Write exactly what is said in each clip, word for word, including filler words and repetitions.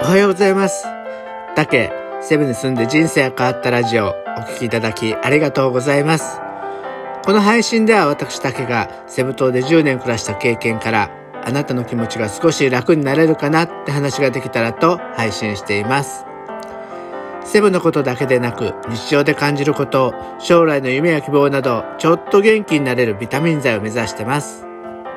おはようございます。タケ、セブに住んで人生が変わったラジオ、お聞きいただきありがとうございます。この配信では私タケがセブ島でじゅうねん暮らした経験から、あなたの気持ちが少し楽になれるかなって話ができたらと配信しています。セブのことだけでなく、日常で感じること、将来の夢や希望など、ちょっと元気になれるビタミン剤を目指してます。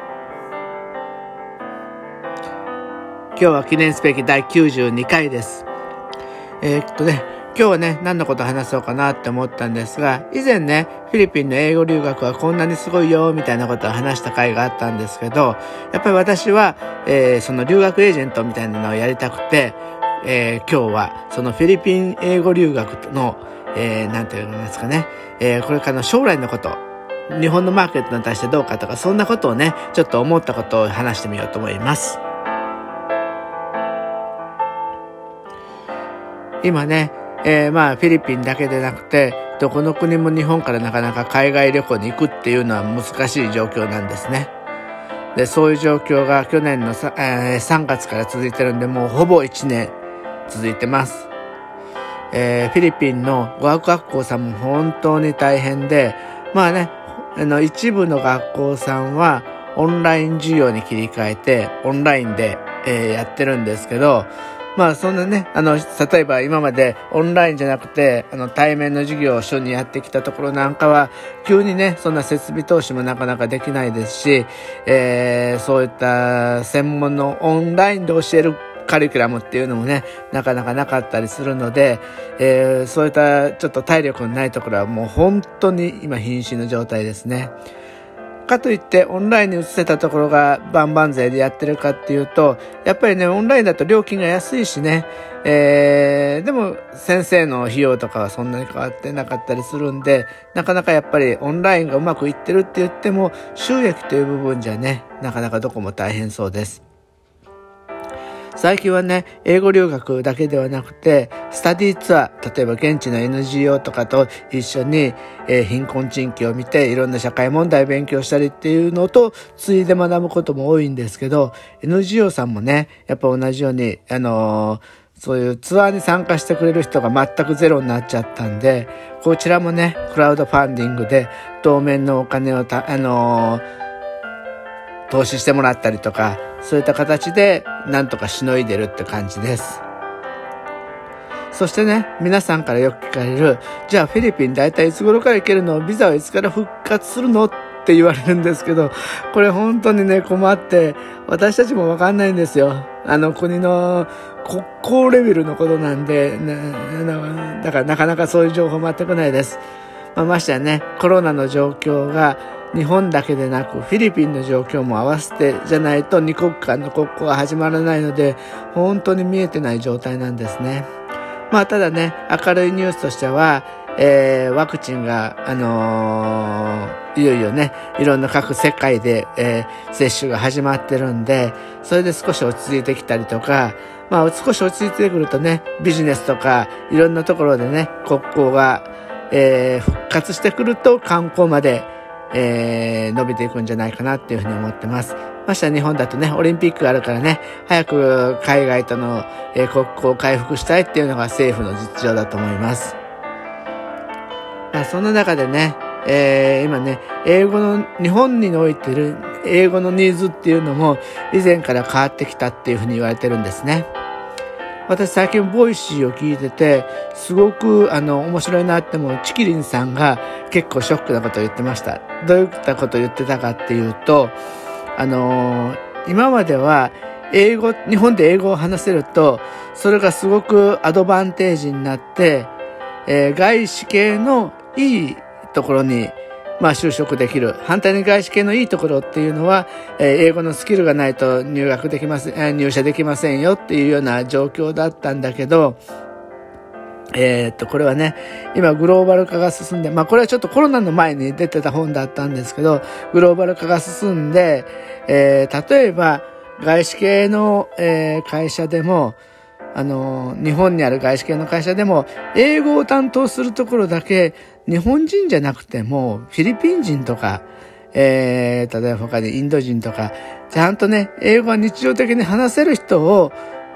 今日は記念すべきだいきゅうじゅうにかいです。えー、っとね、今日はね、何のこと話そうかなって思ったんですが、以前ね、フィリピンの英語留学はこんなにすごいよ、みたいなことを話した回があったんですけど、やっぱり私は、えー、その留学エージェントみたいなのをやりたくて、えー、今日はそのフィリピン英語留学の、えー、なんていうんですかね、えー、これからの将来のこと、日本のマーケットに対してどうかとか、そんなことをね、ちょっと思ったことを話してみようと思います。今ね、えー、まあフィリピンだけでなくてどこの国も日本からなかなか海外旅行に行くっていうのは難しい状況なんですね。で、そういう状況が去年の さ,、えー、さんがつから続いてるんで、もうほぼいちねん続いてます。えー、フィリピンの語学学校さんも本当に大変で、まあね、あの一部の学校さんはオンライン授業に切り替えてオンラインで、えー、やってるんですけど、まあそんなね、あの、例えば今までオンラインじゃなくて、あの対面の授業を一緒にやってきたところなんかは、急にね、そんな設備投資もなかなかできないですし、えー、そういった専門のオンラインで教えるカリキュラムっていうのもね、なかなかなかったりするので、えー、そういったちょっと体力のないところはもう本当に今瀕死の状態ですね。かといってオンラインに移せたところがバンバン税でやってるかっていうと、やっぱりね、オンラインだと料金が安いしね、えー、でも先生の費用とかはそんなに変わってなかったりするんで、なかなかやっぱりオンラインがうまくいってるって言っても収益という部分じゃね、なかなかどこも大変そうです。最近はね、英語留学だけではなくて、スタディツアー、例えば現地の エヌジーオー とかと一緒に、えー、貧困地域を見ていろんな社会問題を勉強したりっていうのと、ついで学ぶことも多いんですけど、エヌジーオー さんもね、やっぱ同じように、あのー、そういうツアーに参加してくれる人が全くゼロになっちゃったんで、こちらもね、クラウドファンディングで当面のお金をた、あのー、投資してもらったりとか、そういった形でなんとかしのいでるって感じです。そしてね、皆さんからよく聞かれる、じゃあフィリピン大体いつ頃から行けるの？ビザはいつから復活するの？って言われるんですけど、これ本当にね、困って、私たちもわかんないんですよ。あの国の国交レベルのことなんで、ね、だからなかなかそういう情報全くないです。まあ、ましてやね、コロナの状況が日本だけでなくフィリピンの状況も合わせてじゃないと二国間の国交は始まらないので、本当に見えてない状態なんですね。まあただね、明るいニュースとしては、えー、ワクチンが、あのー、いよいよね、いろんな各世界で、えー、接種が始まってるんで、それで少し落ち着いてきたりとか、まあ少し落ち着いてくるとね、ビジネスとかいろんなところでね、国交が、えー、復活してくると観光までえー、伸びていくんじゃないかなっていうふうに思ってます。まして日本だとね、オリンピックがあるからね、早く海外との、えー、国交を回復したいっていうのが政府の実情だと思います。まあ、その中でね、えー、今ね、英語の、日本においてる英語のニーズっていうのも以前から変わってきたっていうふうに言われてるんですね。私最近ボイシーを聞いてて、すごくあの面白いなって思うチキリンさんが結構ショックなことを言ってました。どういったことを言ってたかっていうと、あのー、今までは英語、日本で英語を話せると、それがすごくアドバンテージになって、えー、外資系のいいところにまあ就職できる。反対に外資系のいいところっていうのは、えー、英語のスキルがないと入学できません、えー、入社できませんよっていうような状況だったんだけど、えー、っと、これはね、今グローバル化が進んで、まあこれはちょっとコロナの前に出てた本だったんですけど、グローバル化が進んで、えー、例えば外資系の、えー、会社でも、あの、日本にある外資系の会社でも、英語を担当するところだけ、日本人じゃなくても、フィリピン人とか、えー、例えば他にインド人とか、ちゃんとね、英語が日常的に話せる人を、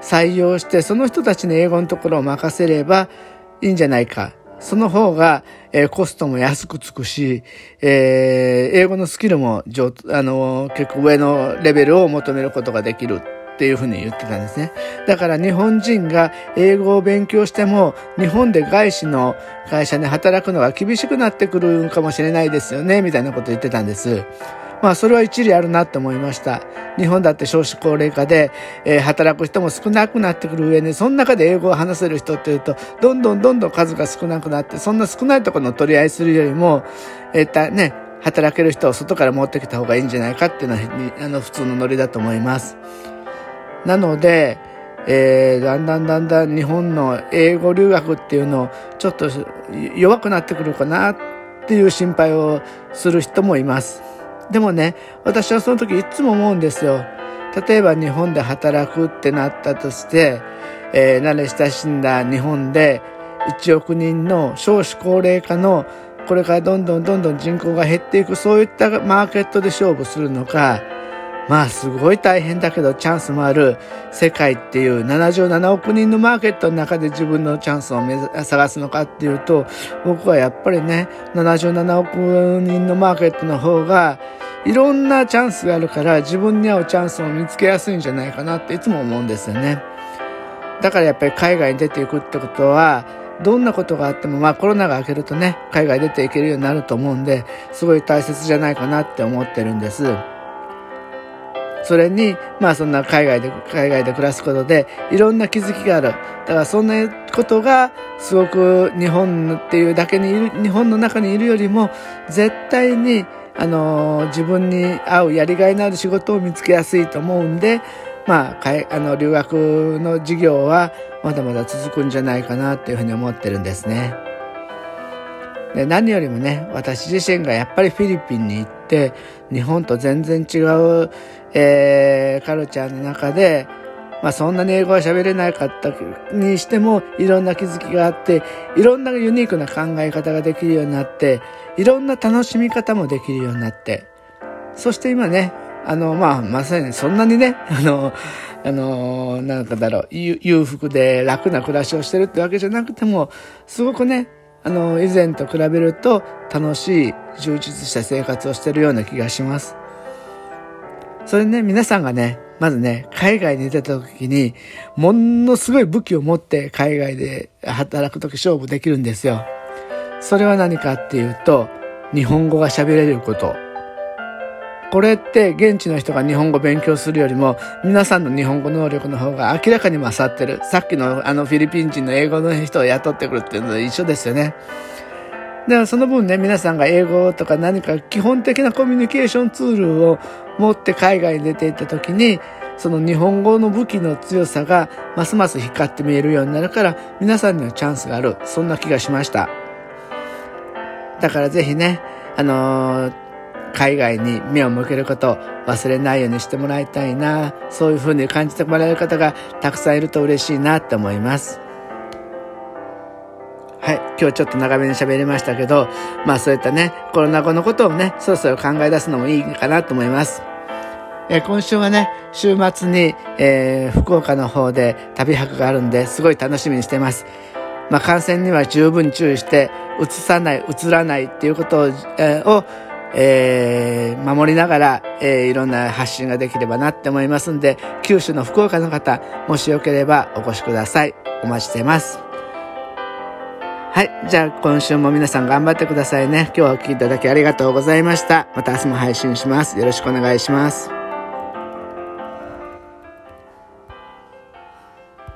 採用して、その人たちに英語のところを任せればいいんじゃないか。その方が、えー、コストも安くつくし、えー、英語のスキルも上、あのー、結構上のレベルを求めることができるっていうふうに言ってたんですね。だから日本人が英語を勉強しても、日本で外資の会社で働くのが厳しくなってくるかもしれないですよね、みたいなことを言ってたんです。まあそれは一理あるなと思いました。日本だって少子高齢化で、えー、働く人も少なくなってくる上に、その中で英語を話せる人っていうと、どんどんどんどん数が少なくなって、そんな少ないところの取り合いするよりも、えー、ね、働ける人を外から持ってきた方がいいんじゃないかっていうのは、あの普通のノリだと思います。なので、えー、だんだんだんだん日本の英語留学っていうのをちょっと弱くなってくるかなっていう心配をする人もいます。でもね、私はその時いつも思うんですよ。例えば日本で働くってなったとして、えー、慣れ親しんだ日本でいちおく人の少子高齢化のこれからどんどんどんどん人口が減っていく、そういったマーケットで勝負するのか、まあすごい大変だけどチャンスもある世界っていうななじゅうななおく人のマーケットの中で自分のチャンスを目指探すのかっていうと、僕はやっぱりね、ななじゅうななおく人のマーケットの方がいろんなチャンスがあるから、自分に合うチャンスを見つけやすいんじゃないかなっていつも思うんですよね。だからやっぱり海外に出ていくってことは、どんなことがあっても、まあコロナが明けるとね、海外出ていけるようになると思うんで、すごい大切じゃないかなって思ってるんです。それに、まあそんな海外で、海外で暮らすことでいろんな気づきがある。だからそんなことがすごく日本っていうだけにいる、日本の中にいるよりも絶対にあの自分に合うやりがいのある仕事を見つけやすいと思うんで、まあ、かいあの留学の授業はまだまだ続くんじゃないかなっていうふうに思ってるんですね。で、何よりもね、私自身がやっぱりフィリピンに行って日本と全然違う、えー、カルチャーの中で、まあそんなに英語は喋れなかったにしてもいろんな気づきがあって、いろんなユニークな考え方ができるようになって、いろんな楽しみ方もできるようになって、そして今ね、あの、まあ、まさにそんなにね、あの、あの、なんかだろう、裕福で楽な暮らしをしてるってわけじゃなくても、すごくね、あの、以前と比べると楽しい、充実した生活をしてるような気がします。それね、皆さんがね、まずね、海外に出た時に、ものすごい武器を持って海外で働く時勝負できるんですよ。それは何かっていうと、日本語が喋れること。これって現地の人が日本語を勉強するよりも皆さんの日本語能力の方が明らかに勝ってる。さっきのあのフィリピン人の英語の人を雇ってくるっていうのと一緒ですよね。だからその分ね、皆さんが英語とか何か基本的なコミュニケーションツールを持って海外に出ていった時に、その日本語の武器の強さがますます光って見えるようになるから、皆さんにはチャンスがある。そんな気がしました。だからぜひね、あのー、海外に目を向けることを忘れないようにしてもらいたいな。そういう風に感じてもらえる方がたくさんいると嬉しいなって思います。はい。今日ちょっと長めに喋りましたけど、まあそういったね、コロナ後のことをね、そろそろ考え出すのもいいかなと思います。えー、今週はね、週末に、えー、福岡の方で旅泊があるんで、すごい楽しみにしています。まあ感染には十分注意して、うつさない、うつらないっていうことを、えー、をえー、守りながら、えー、いろんな発信ができればなって思いますんで、九州の福岡の方、もしよければお越しください。お待ちしています。はい。じゃあ今週も皆さん頑張ってくださいね。今日はお聞きいただきありがとうございました。また明日も配信します。よろしくお願いします。